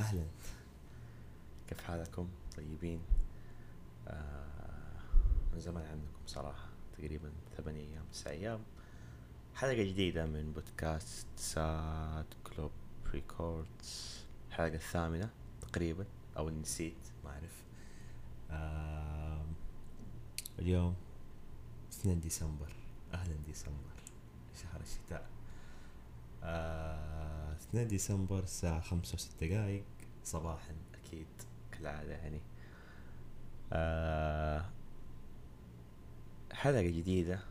أهلا، كيف حالكم؟ طيبين؟ آه من زمان عنكم صراحة، تقريبا 8 أيام 9 أيام. حلقة جديدة من بودكاست سات كلوب ريكوردز، الحلقة الثامنة تقريبا، أو نسيت ما أعرف. آه اليوم 2 ديسمبر. أهلا ديسمبر، شهر الشتاء. 2 ديسمبر الساعة 5 و6 دقايق صباحا، أكيد كالعادة يعني. آه حلقة جديدة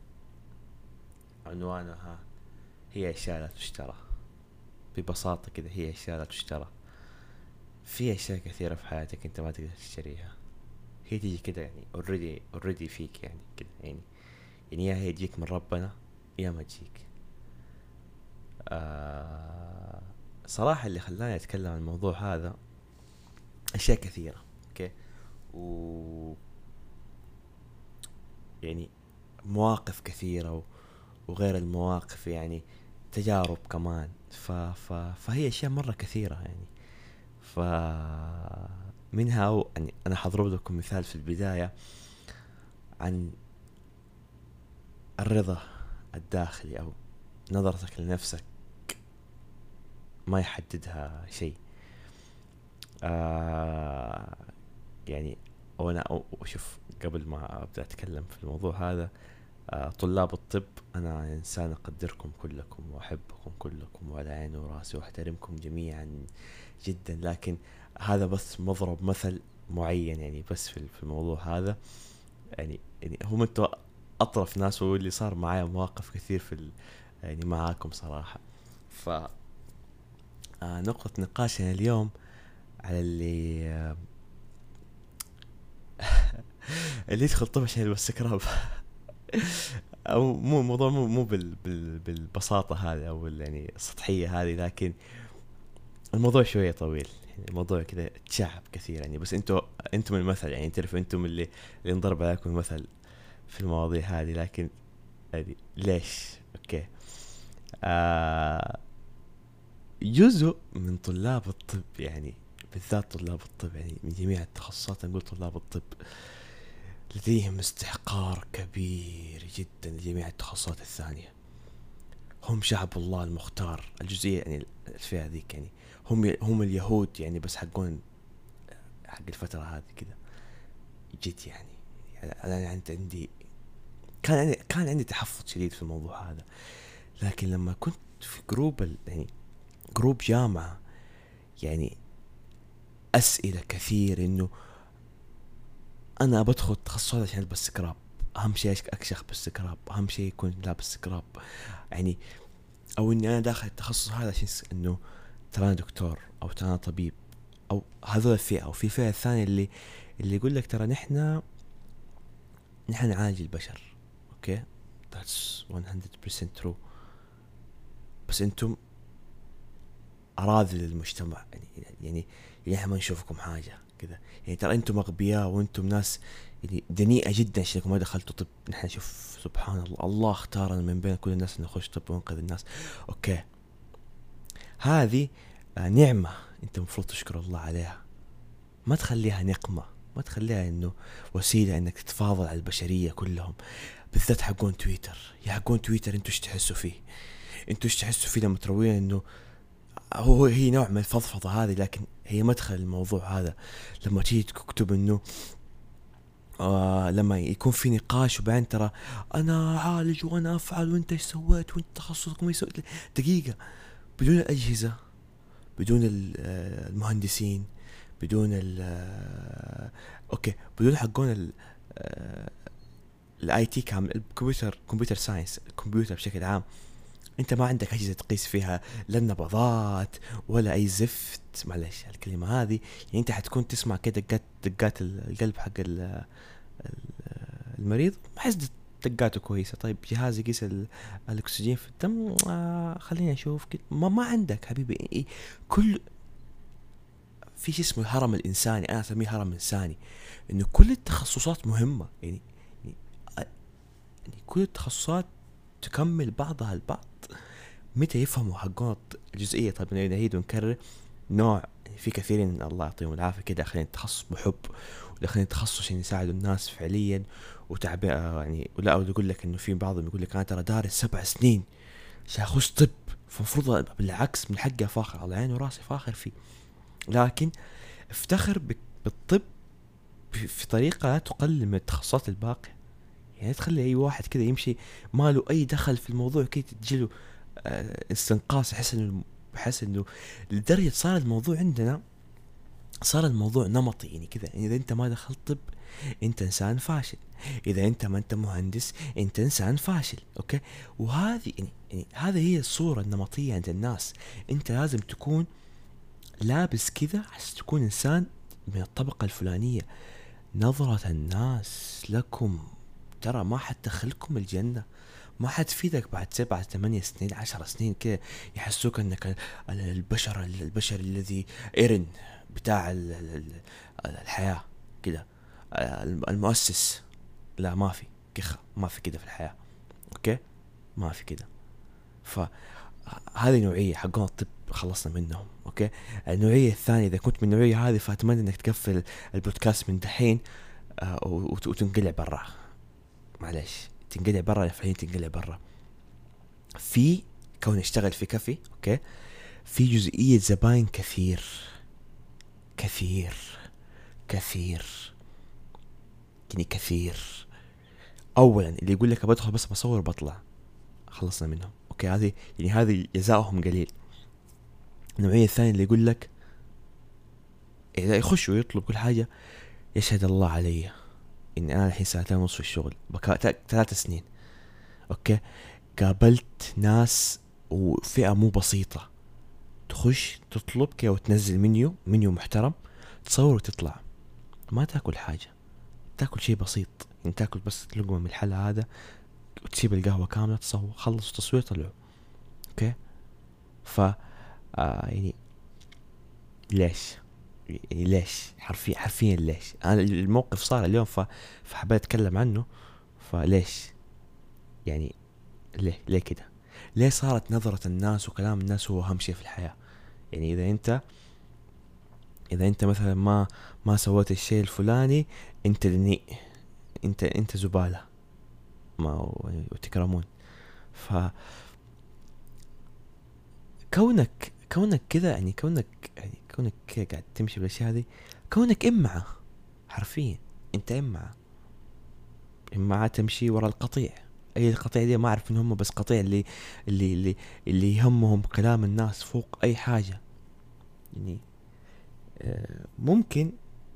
عنوانها هي أشياء لا تشترى. ببساطة كده، هي أشياء لا تشترى. في أشياء كثيرة في حياتك أنت ما تقدر تشتريها، هي تيجي كده يعني already فيك يعني كده يعني يا هي تجيك من ربنا يا ما تجيك. آه صراحة اللي خلاني أتكلم عن الموضوع هذا أشياء كثيرة، أوكي، و يعني مواقف كثيرة وغير المواقف يعني تجارب كمان. فهي أشياء مرة كثيرة يعني. ف منها يعني أنا حضرب لكم مثال في البداية عن الرضا الداخلي، أو نظرتك لنفسك ما يحددها شيء. آه يعني أشوف قبل ما أبدأ أتكلم في الموضوع هذا، طلاب الطب، أنا إنسان أقدركم كلكم وأحبكم كلكم وعلى عيني وراسي وأحترمكم جميعا جدا، لكن هذا بس مضرب مثل معين يعني، بس في الموضوع هذا يعني هم انتوا أطرف ناس، واللي صار معايا مواقف كثير يعني معاكم صراحة. ف نقطة نقاشنا اليوم على اللي يدخل طب عشان يلبس سكراب. او مو الموضوع مو بالبساطة هذه او يعني السطحية هذه، لكن الموضوع شوية طويل يعني. الموضوع كذا تشعب كثير يعني، بس انتم المثل يعني، تعرفوا انتم اللي انضرب عليكم المثل في المواضيع هذه. لكن هذه ليش؟ اوكي. آه جزء من طلاب الطب يعني، بالذات طلاب الطب يعني من جميع التخصصات، نقول طلاب الطب لديهم استحقار كبير جدا لجميع التخصصات الثانية. هم شعب الله المختار، الجزئية يعني الفئة ذيك يعني. هم اليهود يعني، بس حق الفترة هذه كده جيت يعني. أنا عندي كان عندي تحفظ شديد في الموضوع هذا، لكن لما كنت في جروب يعني جروب جامعة يعني، أسئلة كثير إنه أنا بدخل تخصصات عشان ألبس سكراب. أهم شيء أكشخ بالسكراب، أهم شيء يكون لابس سكراب يعني. أو إني أنا داخل التخصص هذا عشان إنه ترى أنا دكتور أو ترى أنا طبيب، أو هذول الفئة. وفي فئة ثانية اللي يقول لك ترى نحن نعالج البشر. أوكي، that's 100% true، بس أنتم أراذل للمجتمع يعني احنا ما نشوفكم حاجة كذا يعني. ترى انتم اغبياء وانتم ناس يعني دنيئة جدا عشانكم ما دخلتوا طب. نحن شوف سبحان الله، الله اختارنا من بين كل الناس ان نخش طب وننقذ الناس. اوكي، هذه نعمة انت المفروض تشكر الله عليها، ما تخليها نقمة، ما تخليها انه وسيلة انك تتفاضل على البشرية كلهم. بالذات حقون تويتر، يا حقون تويتر انتوا ايش تحسوا فيه؟ انتوا ايش تحسوا فيه لما تروين انه هي نوع من الفضفضة هذه، لكن هي مدخل الموضوع هذا. لما تيجي تكتب انه لما يكون في نقاش وبعدين ترى انا اعالج وانا افعل وانت ايش سويت وانت تخصصك ما سويت. دقيقة، بدون الاجهزة، بدون المهندسين، بدون اوكي، بدون حقون الاي تي كامل، كمبيوتر ساينس، الكمبيوتر بشكل عام. انت ما عندك اجهزه تقيس فيها لا النبضات ولا اي زفت، معلش الكلمه هذه يعني. انت حتكون تسمع كده دقات القلب حق المريض، حس دقاته كويسه. طيب جهاز يقيس الاكسجين في الدم، خليني اشوف كده. ما عندك حبيبي كل في شيء اسمه الهرم الانساني، انا اسميه هرم انساني، انه كل التخصصات مهمه يعني, يعني كل التخصصات تكمل بعضها البعض. متى يفهموا حقون الجزئية؟ طيب نعيد ونكرر. نوع، في كثيرين الله يعطيهم العافية كده داخلين التخصص بحب، وداخلين التخصص عشان يساعدوا الناس فعليا وتعبئة يعني. ولا يقول لك انه في بعضهم يقول لك انا ترى دارس 7 سنين عشان اخش طب، فمفروض بالعكس من حقي افاخر، على عيني وراسي فاخر فيه، لكن افتخر بالطب في طريقة لا تقلل من التخصصات الباقية. يعني تخلي اي واحد كذا يمشي ما له اي دخل في الموضوع كذا تجيله استنقاص، يحس انه لدرجة صار الموضوع عندنا، صار الموضوع نمطي يعني كذا. يعني اذا انت ما دخلت طب انت انسان فاشل، اذا انت ما انت مهندس انت انسان فاشل. اوكي، وهذه يعني هذه هي الصورة النمطية عند الناس. انت لازم تكون لابس كذا عشان تكون انسان من الطبقة الفلانية. نظرة الناس لكم ترى ما حتدخلكم الجنة، ما حتفيدك بعد 7 8 سنين 10 سنين كده. يحسوك انك البشر الذي ايرن بتاع الحياة كده، المؤسس. لا، ما في كخة، ما في كده في الحياة. اوكي، ما في كده. فهذه نوعية حقون الطب خلصنا منهم. اوكي، النوعية الثانية اذا كنت من النوعية هذه فاتمنى انك تقفل البودكاست من دحين وتنقلع برا. معلش، تنقلع برا فعليا، تنقلع برا. في كون اشتغل في كافي، اوكي، في جزئية زباين كثير كثير كثير، يعني كثير. اولا اللي يقول لك بدخل بس بصور بطلع، خلصنا منهم. اوكي، هذه يعني هذه جزاؤهم قليل. النوعية الثانية اللي يقول لك اذا يخش ويطلب كل حاجة، يشهد الله علي اني انا الحين 2 سنين ونص في الشغل، 3 سنين. اوكي، قابلت ناس وفئة مو بسيطة تخش تطلب كده وتنزل منيو محترم، تصور وتطلع، ما تاكل حاجة، تاكل شيء بسيط يعني، تاكل بس لقمة من الحلا هذا وتسيب القهوة كاملة، تصور، خلص تصوير طلعوا. اوكي، ف يعني ليش؟ يعني ليش؟ حرفيا ليش؟ انا الموقف صار اليوم فحبيت اتكلم عنه. فليش يعني؟ ليه كده؟ ليه صارت نظرة الناس وكلام الناس هو اهم شيء في الحياة؟ يعني اذا انت مثلا ما سويت الشيء الفلاني انت دنيء، انت زبالة، ما وتكرمون. ف كونك كذا يعني، كونك كذا قاعد تمشي بالاشياء هذه، كونك امعة حرفيا. انت امعة تمشي ورا القطيع. اي القطيع دي ما اعرف ان هم، بس قطيع اللي يهمهم كلام الناس فوق اي حاجة يعني. ممكن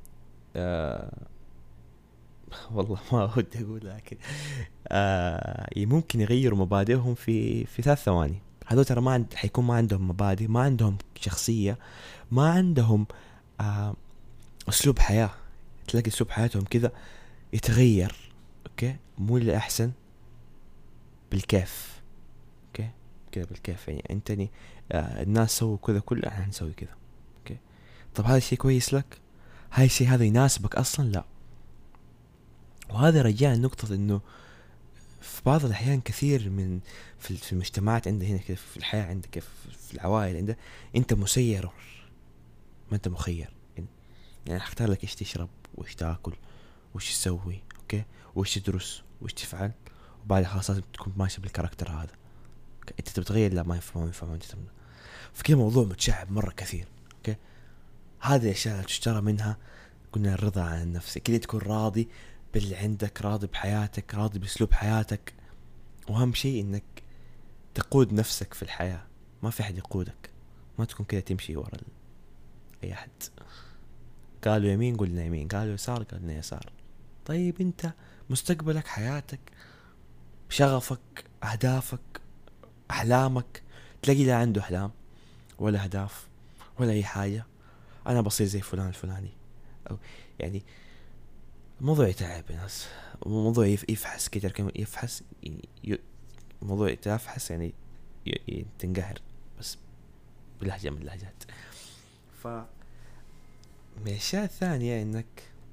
والله ما ودي اقول، لكن ممكن يغيروا مبادئهم في 3 ثواني. هذول ترى حيكون ما عندهم مبادئ، ما عندهم شخصية، ما عندهم اسلوب حياة. تلاقي اسلوب حياتهم كذا يتغير، اوكي، مو للأحسن، بالكيف. اوكي، كذا بالكيف يعني. انتني الناس سووا كذا كله، احنا نسوي كذا. اوكي، طب هذا الشيء كويس لك؟ هاي الشيء هذا يناسبك اصلا؟ لا. وهذا رجعني نقطة انه في بعض الأحيان كثير من في المجتمعات عندنا هنا كيف في الحياة، عندك كيف في العوائل عندنا، أنت مسير ما أنت مخير. يعني أختار لك إيش تشرب وإيش تاكل وإيش تسوي، أوكي، وإيش تدرس وإيش تفعل، وبعد خلاص لازم تكون ماشي بالكاركتر هذا. أوكي. أنت تبتغير، لا ما ينفع أنت تمنع. فكذا موضوع متشعب مرة كثير. أوكي، هذه الأشياء اللي تشترى منها. قلنا الرضا عن النفس، كذا تكون راضي باللي عندك، راضي بحياتك، راضي بأسلوب حياتك. واهم شيء انك تقود نفسك في الحياة، ما في احد يقودك. ما تكون كده تمشي ورا اي احد. قالوا يمين قلنا يمين، قالوا يسار قلنا يسار. طيب انت مستقبلك، حياتك، شغفك، اهدافك، احلامك، تلاقي لا عنده احلام ولا اهداف ولا اي حاجة. انا بصير زي فلان الفلاني، او يعني الموضوع يتعب يا ناس. موضوع يفحس كده، يفحس موضوع تفحس يعني تنقهر، بس بلهجة من اللهجات. ف من الأشياء الثانية إنك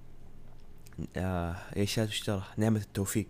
أشياء تشترى، نعمة التوفيق.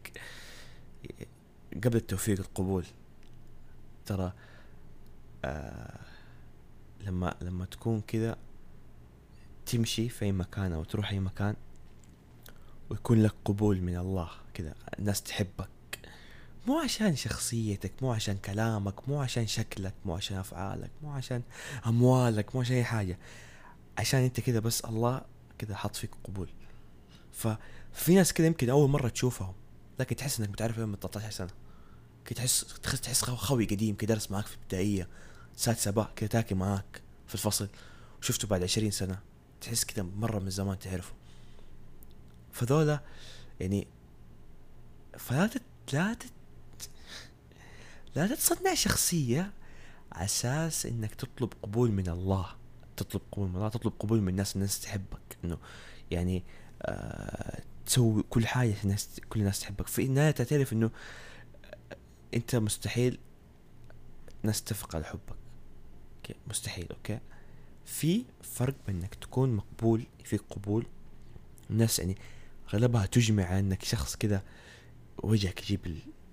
قبل التوفيق القبول. ترى لما تكون كذا تمشي في اي مكان او تروح اي مكان ويكون لك قبول من الله كذا، الناس تحبك مو عشان شخصيتك، مو عشان كلامك، مو عشان شكلك، مو عشان افعالك، مو عشان اموالك، مو عشان اي حاجة، عشان انت كذا بس الله كذا حط فيك قبول. ففي ناس كذا يمكن اول مرة تشوفهم لكن تحس انك بتعرف من 13 سنة كذا، تحس خوي قديم كذا درس معاك في ابتدائية سادسة بقى كذا تاكي معاك في الفصل، وشفته بعد 20 سنة تحس كذا مرة من زمان تعرفه. فذولا يعني فلا تت... لا تت... لا تتصنع شخصية على اساس انك تطلب قبول من الله، تطلب قبول من الله، تطلب قبول من الناس تحبك، انه يعني تسوي كل حاجة كل الناس تحبك. في النهاية تعترف انه انت مستحيل ناس تتفق على حبك، اوكي مستحيل. اوكي في فرق بين انك تكون مقبول في قبول الناس، يعني غالبها تجمع انك شخص كده وجهك يجيب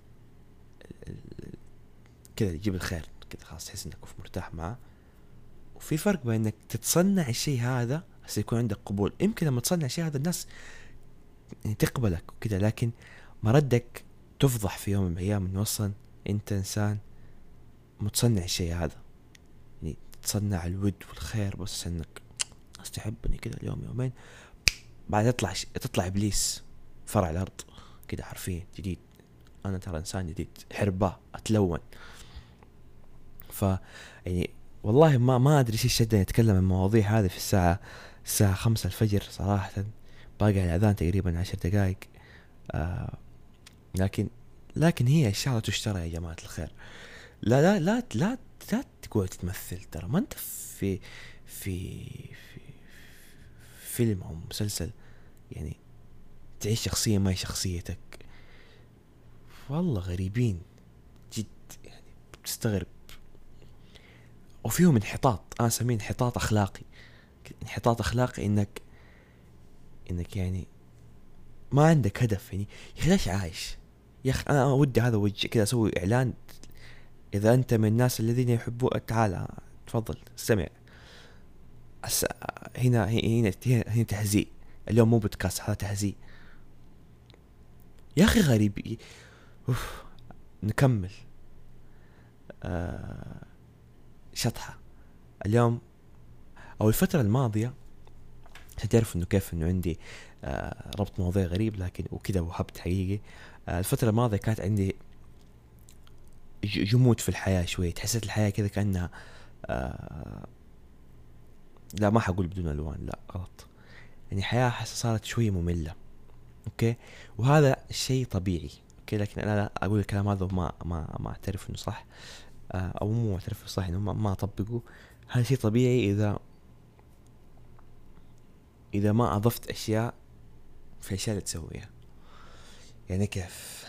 كده يجيب الخير كده، خلاص تحس انك مرتاح معه. وفي فرق بين انك تتصنع الشيء هذا بس يكون عندك قبول. يمكن لما تصنع الشيء هذا الناس يعني تقبلك وكده، لكن مردك تفضح في يوم من الايام انه اصلا انت انسان متصنع الشيء هذا، يعني تصنع الود والخير بس انك ناس تحبني كده اليوم يومين، بعد تطلع ابليس فرع الارض كده حرفيا جديد. انا ترى انسان جديد حرباء اتلون. ف يعني والله ما ادري ايش شدني اتكلم عن المواضيع هذه في الساعة 5 الفجر صراحة، باقي على الاذان تقريبا 10 دقائق. لكن هي الشغلة تشترى يا جماعة الخير. لا تقعد تمثل، ترى ما انت في فيلم او مسلسل يعني تعيش شخصية ما هي شخصيتك. والله غريبين جد يعني بتستغرب، وفيهم انحطاط، انا اسميه انحطاط اخلاقي. انحطاط اخلاقي انك يعني ما عندك هدف. يعني يا اخي ليش عايش يا اخي؟ انا ودي هذا وجه كذا اسوي اعلان، اذا انت من الناس الذين يحبون تعال تفضل استمع. هنا تهزيء اليوم، مو بودكاست، هذا تهزيء يا اخي غريب. نكمل. شطحة اليوم او الفترة الماضية عشان تعرف انه كيف انه عندي ربط مواضيع غريب لكن وكذا وهبت حقيقي. الفترة الماضية كانت عندي جمود في الحياة شوية، حسيت الحياة كذا كأنها لا ما حقول بدون الوان، لا غلط، يعني حياة صارت شوية مملة. اوكي وهذا الشيء طبيعي. اوكي لكن انا لا اقول الكلام هذا ما اعترف انه صح، او مو اعترف صح انه ما اطبقه. هذا شيء طبيعي اذا ما اضفت اشياء في الاشياء اللي تسويها. يعني كيف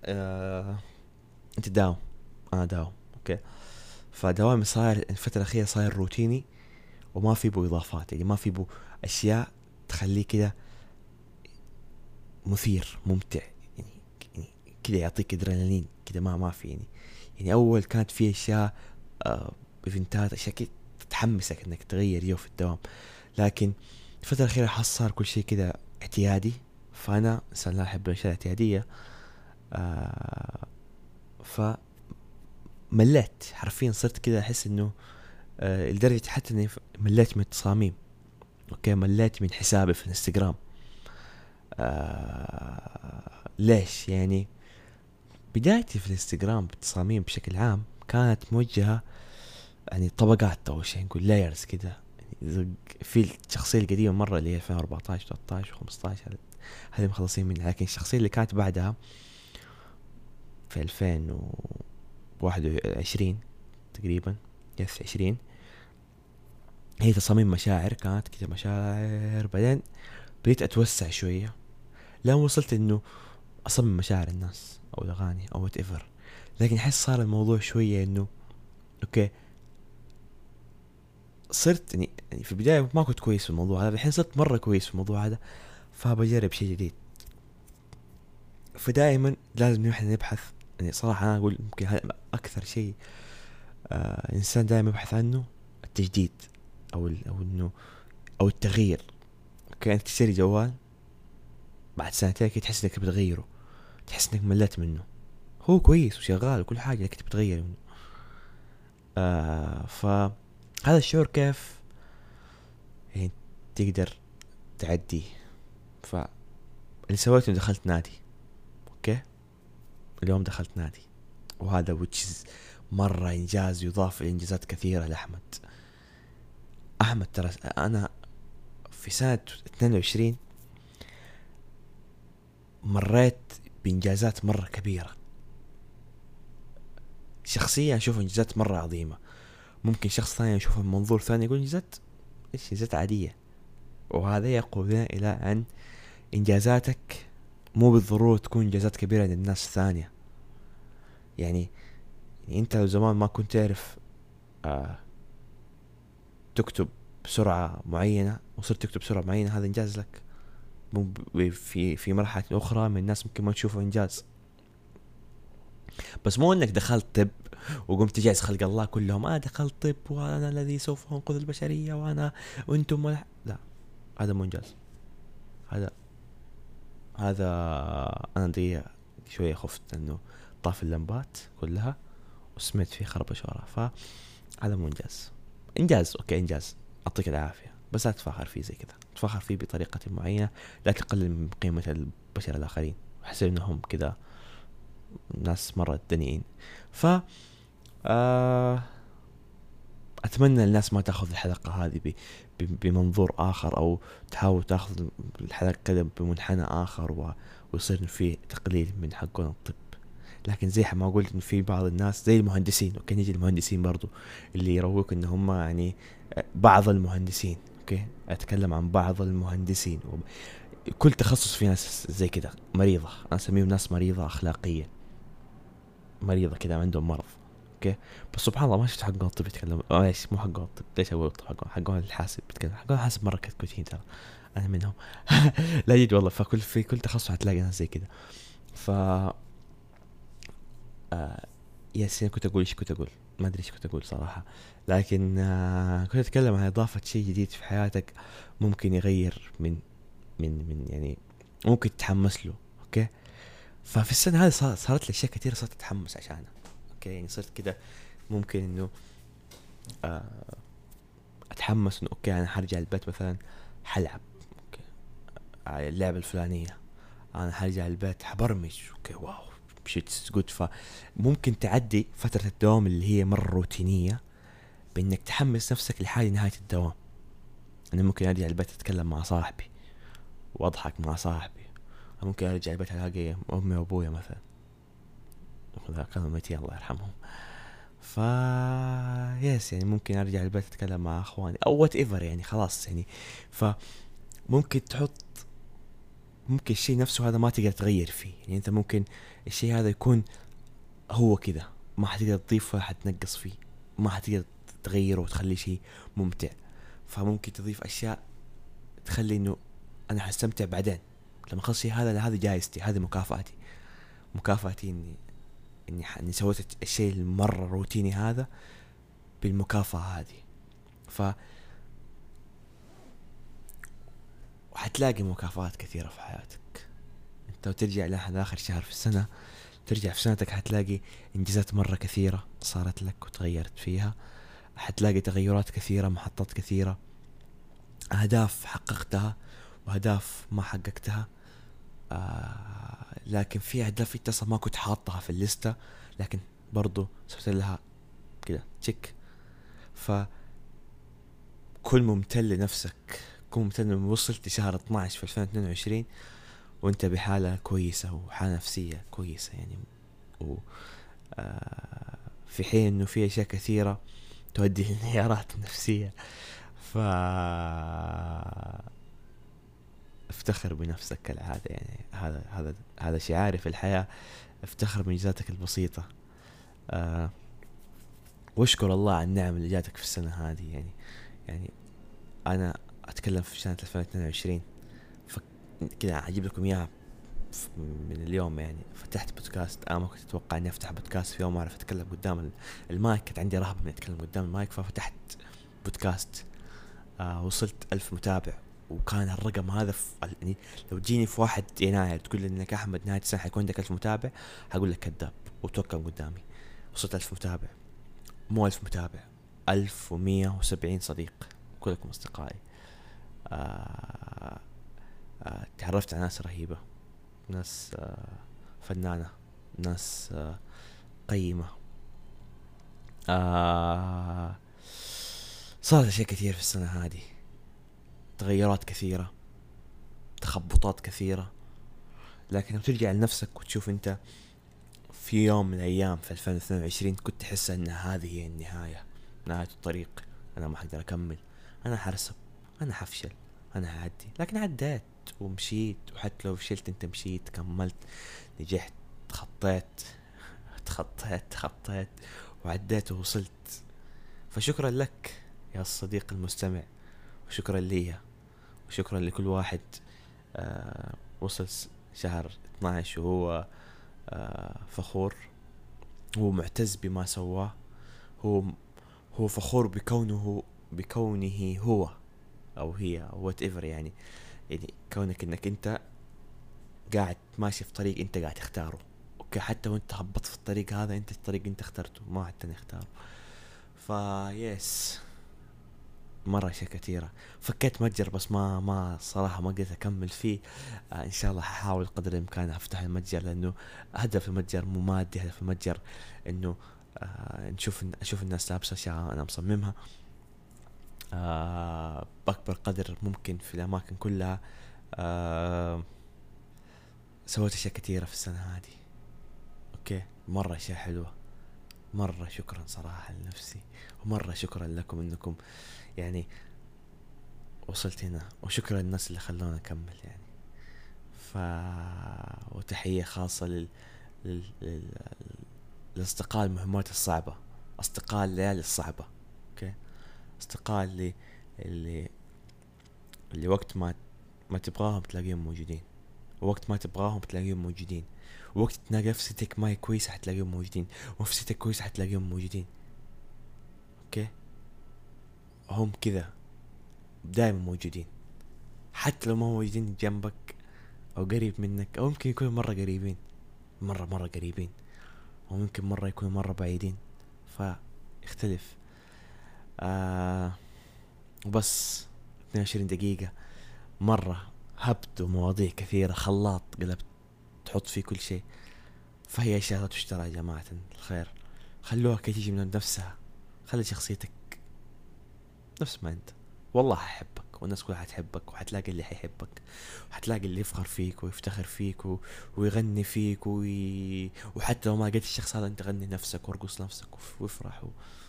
انت داوم انا داوم، اوكي فدوامي صاير الفترة الأخيرة صاير روتيني وما في بو إضافات، يعني ما في بو أشياء تخليه كده مثير ممتع، يعني كده يعطيك ادرينالين كده ما في يعني أول كانت في أشياء إيفنتات أشياء كده تحمسك إنك تغير جو في الدوام، لكن الفترة الأخيرة حس صار كل شيء كده اعتيادي. فأنا إنسان لا أحب الأشياء الاعتيادية. مليت حرفيا، صرت كده احس انه لدرجة حتى اني مليت من التصاميم. اوكي مليت من حسابي في الانستغرام. ليش؟ يعني بدايتي في الانستغرام بالتصاميم بشكل عام كانت موجهة يعني طبقات، اول شيء نقول لايرز كده، يعني في الشخصية القديمة مرة اللي هي 2014 13 15 هذه مخلصين منها، لكن الشخصية اللي كانت بعدها في 2021 تقريبا 20 هي تصاميم مشاعر، كانت كده مشاعر. بعدين بديت اتوسع شوية لما وصلت انه اصمم مشاعر الناس او الاغاني او وات ايفر. لكن احس صار الموضوع شوية انه اوكي صرت يعني في البداية ما كنت كويس في الموضوع هذا، الحين صرت مرة كويس في الموضوع هذا، فبجرب شيء جديد. فدائما لازم نحن نبحث، يعني صراحة انا اقول ممكن هذا اكثر شيء انسان دائما يبحث عنه، التجديد او انه او التغيير. اوكي، انت تشتري جوال بعد سنتين كده تحس انك بتغيره، تحس انك مليت منه، هو كويس وشغال وكل حاجة لكن بتغير منه. فهذا الشعور كيف يعني تقدر تعديه؟ فاللي سويته دخلت نادي. اوكي، اليوم دخلت نادي، وهذا وتشز مرة إنجاز يضاف لإنجازات كثيرة لأحمد. أحمد ترى أنا في سنة 22 مريت بإنجازات مرة كبيرة، شخصيا أشوف إنجازات مرة عظيمة. ممكن شخص ثاني يشوفها من منظور ثاني يقول إنجازات إيش، إنجازات عادية. وهذا يقودنا إلى أن إنجازاتك مو بالضرورة تكون إنجازات كبيرة للناس الثانية. يعني أنت لو زمان ما كنت تعرف تكتب بسرعة معينة وصرت تكتب بسرعة معينة، هذا إنجاز لك. في مرحلة أخرى من الناس ممكن ما تشوفه إنجاز. بس مو إنك دخلت طب وقمت تجهز خلق الله كلهم دخلت طب وأنا الذي سوف أنقذ البشرية وأنا وأنتم لا، هذا مو إنجاز. هذا أنا دي شوية خفت إنه طاف اللمبات كلها وسمعت فيه خربش وراه، فهذا مو إنجاز. إنجاز أوكي، إنجاز أعطيك العافية، بس لا تتفاخر فيه زي كذا، تتفاخر فيه بطريقة معينة لا تقلل من قيمة البشر الآخرين وحسب إنهم كذا ناس مرة دنيئين. ف أتمنى الناس ما تأخذ الحلقة هذه بمنظور آخر، أو تحاول تأخذ الحلقة كذا بمنحنى آخر ويصير فيه تقليل من حقون الطب. لكن زي ما قلت إن في بعض الناس زي المهندسين، أوكي نيجي المهندسين برضو اللي يروك إن هم يعني بعض المهندسين، أوكي أتكلم عن بعض المهندسين. كل تخصص في ناس زي كده مريضة، أنا أسميهم ناس مريضة أخلاقية، مريضة كده عندهم مرض. اوكي، بس سبحان الله ما شفت حقون الطب يتكلم. ايش مو حقون الطب، ليش اقول حقون الحاسب بيتكلم، حقون الحاسب مرة كويسين ترى، انا منهم. لا جد والله، في كل تخصص هتلاقي ناس زي كده. ف يا سين كنت اقول ما ادري ايش كنت اقول صراحة، لكن كنت اتكلم عن اضافة شيء جديد في حياتك ممكن يغير من يعني ممكن تتحمس له. اوكي، ففي السنة هذه صارت لي اشياء كثيرة صرت اتحمس عشانها. اوكي، يعني صرت كده ممكن انه اتحمس انه اوكي انا حرجع البيت مثلا حلعب، اوكي على اللعبة الفلانية، انا حرجع البيت حبرمج، اوكي واو شيتس جود. فممكن تعدي فترة الدوام اللي هي مرة روتينية بانك تحمس نفسك لحاجة نهاية الدوام. انا ممكن ارجع البيت اتكلم مع صاحبي واضحك مع صاحبي، ممكن ارجع البيت الاقي امي وابويا مثلا كانوا ميتين الله يرحمهم. يس يعني ممكن ارجع البيت اتكلم مع اخواني او وات ايفر، يعني خلاص يعني. فممكن تحط، ممكن الشيء نفسه هذا ما تقدر تغير فيه، يعني انت ممكن الشيء هذا يكون هو كذا، ما حتقدر تضيف ولا حتنقص فيه، ما حتقدر تغيره وتخلي شيء ممتع. فممكن تضيف اشياء تخلي انه انا حستمتع بعدين لما اخلص شيء هذا، هذه جايزتي، هذه مكافأتي اني سويت الشيء المرة روتيني هذا بالمكافأة هذه. ف وحتلاقي مكافآت كثيرة في حياتك. انت لو ترجع لحد اخر شهر في السنة، ترجع في سنتك حتلاقي انجازات مرة كثيرة صارت لك وتغيرت فيها، حتلاقي تغيرات كثيرة، محطات كثيرة، اهداف حققتها واهداف ما حققتها. لكن في اهداف انت اصلا ما كنت حاطها في الليستة لكن برضو سويت لها كده تشيك. فكل ممتن لنفسك، كن ممتن لما وصلت شهر 12 في 2022 وانت بحالة كويسة وحالة نفسية كويسة يعني. و في حين انه في اشياء كثيرة تؤدي للانهيارات النفسية. ف افتخر بنفسك كالعادة، يعني هذا شعاري في الحياة، افتخر بإنجازاتك البسيطة. واشكر الله على النعم اللي جاتك في السنة هذه. يعني انا اتكلم في سنة 2022 فكذا اجيب لكم اياها من اليوم. يعني فتحت بودكاست، انا ما كنت اتوقع اني افتح بودكاست في يوم اعرف اتكلم قدام المايك، كانت عندي رهبة من اتكلم قدام المايك، ففتحت البودكاست وصلت 1000 متابع. وكان الرقم هذا يعني لو تجيني في 1 يناير تقول لي انك احمد نهاية السنة حيكون عندك 1000 متابع، هقول لك كذاب وتوكل قدامي. وصلت 1000 متابع، مو 1000 متابع، 1170 صديق، كلكم اصدقائي. آه تعرفت على ناس رهيبة، ناس فنانة، ناس قيمة. صارت أشياء كثير في السنة هذه، تغيرات كثيرة، تخبطات كثيرة. لكن لما ترجع لنفسك وتشوف انت في يوم من الأيام في 2022 كنت تحس ان هذه هي النهاية، نهاية الطريق، انا ما حقدر اكمل، انا حرسب، انا حفشل، انا هعدي. لكن عديت ومشيت، وحتى لو فشلت انت مشيت، كملت، نجحت، تخطيت تخطيت وعديت ووصلت. فشكرا لك يا الصديق المستمع، وشكرا لي، وشكرا لكل واحد وصل شهر 12 وهو فخور، هو معتز بما سواه، هو هو فخور بكونه هو او هي او whatever. يعني كونك انك انت قاعد ماشي في طريق انت قاعد تختاره. اوكي، حتى وانت هبطت في الطريق هذا، انت الطريق انت اخترته، ما حتى نختاره. يس، مرة اشياء كثيرة. فكيت متجر بس ما صراحة ما قدرت اكمل فيه. ان شاء الله ححاول قدر الامكان افتح المتجر، لانه هدف المتجر مو مادي، هدف المتجر انه اشوف الناس لابسة اشياء انا مصممها باكبر قدر ممكن في الاماكن كلها. سويت اشياء كثيرة في السنة هذه، اوكي، مرة اشياء حلوة. مرة شكرا صراحة لنفسي، ومرة شكرا لكم انكم يعني وصلت هنا، وشكرا للناس اللي خلونا اكمل يعني. ف وتحية خاصة لل... لاصدقاء المهمات الصعبة، اصدقاء الليالي الصعبة، اوكي، اصدقاء اللي اللي وقت ما تبغاهم تلاقيهم موجودين، ووقت ما تبغاهم تلاقيهم موجودين، ووقت تلاقي نفسيتك ما هي كويسة حتلاقيهم موجودين، ونفسيتك كويسة حتلاقيهم موجودين. اوكي، هم كذا دائما موجودين، حتى لو ما موجودين جنبك او قريب منك، او يمكن يكونوا مرة قريبين، مرة قريبين، وممكن مرة يكونوا مرة بعيدين، فيختلف. وبس 22 دقيقة مرة هبت ومواضيع كثيرة، خلاط قلبت تحط فيه كل شيء. فهي أشياء لا تشترى يا جماعة الخير، خلوها كي تيجي من نفسها. خلي شخصيتك نفس ما انت، والله حيحبك، والناس كلها حتحبك، وحتلاقي اللي حيحبك، وحتلاقي اللي يفخر فيك ويفتخر فيك ويغني فيك وحتى لو ما لقيت الشخص هذا، انت غني نفسك وارقص نفسك وافرح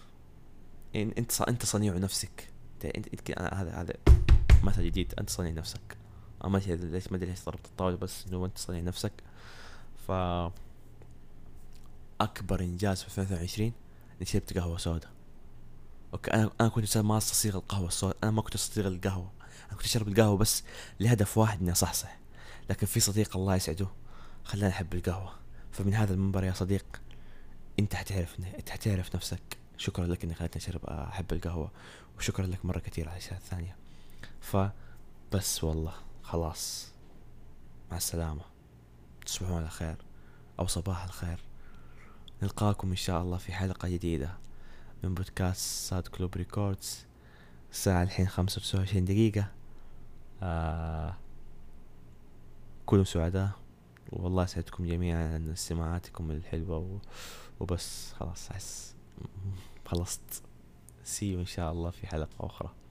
انت صنيع نفسك. هذا مثل جديد، انت صنيع نفسك. ما ادري ليش ضربت الطاولة، بس انه انت صنيع نفسك. ف اكبر انجاز في 2022 اني شربت قهوة سودا. اوكي، انا كنت ما استصيغ القهوة السوداء، انا ما كنت استصيغ القهوة، انا كنت اشرب القهوة بس لهدف واحد، اني اصحصح. لكن في صديق الله يسعده خلاني احب القهوة. فمن هذا المنبر يا صديق، انت حتعرف نفسك. شكرا لك انك خلتني احب القهوة، وشكرا لك مرة كثير على الاشياء الثانية. فبس والله خلاص، مع السلامة، تصبحون على خير او صباح الخير. نلقاكم ان شاء الله في حلقة جديدة من بودكاست ساد كلوب ريكوردز. الساعة الحين 25 دقيقة. كونوا سعداء، والله يسعدكم جميعا عن استماعاتكم الحلوة وبس خلاص، خلصت. سي إن شاء الله في حلقة أخرى.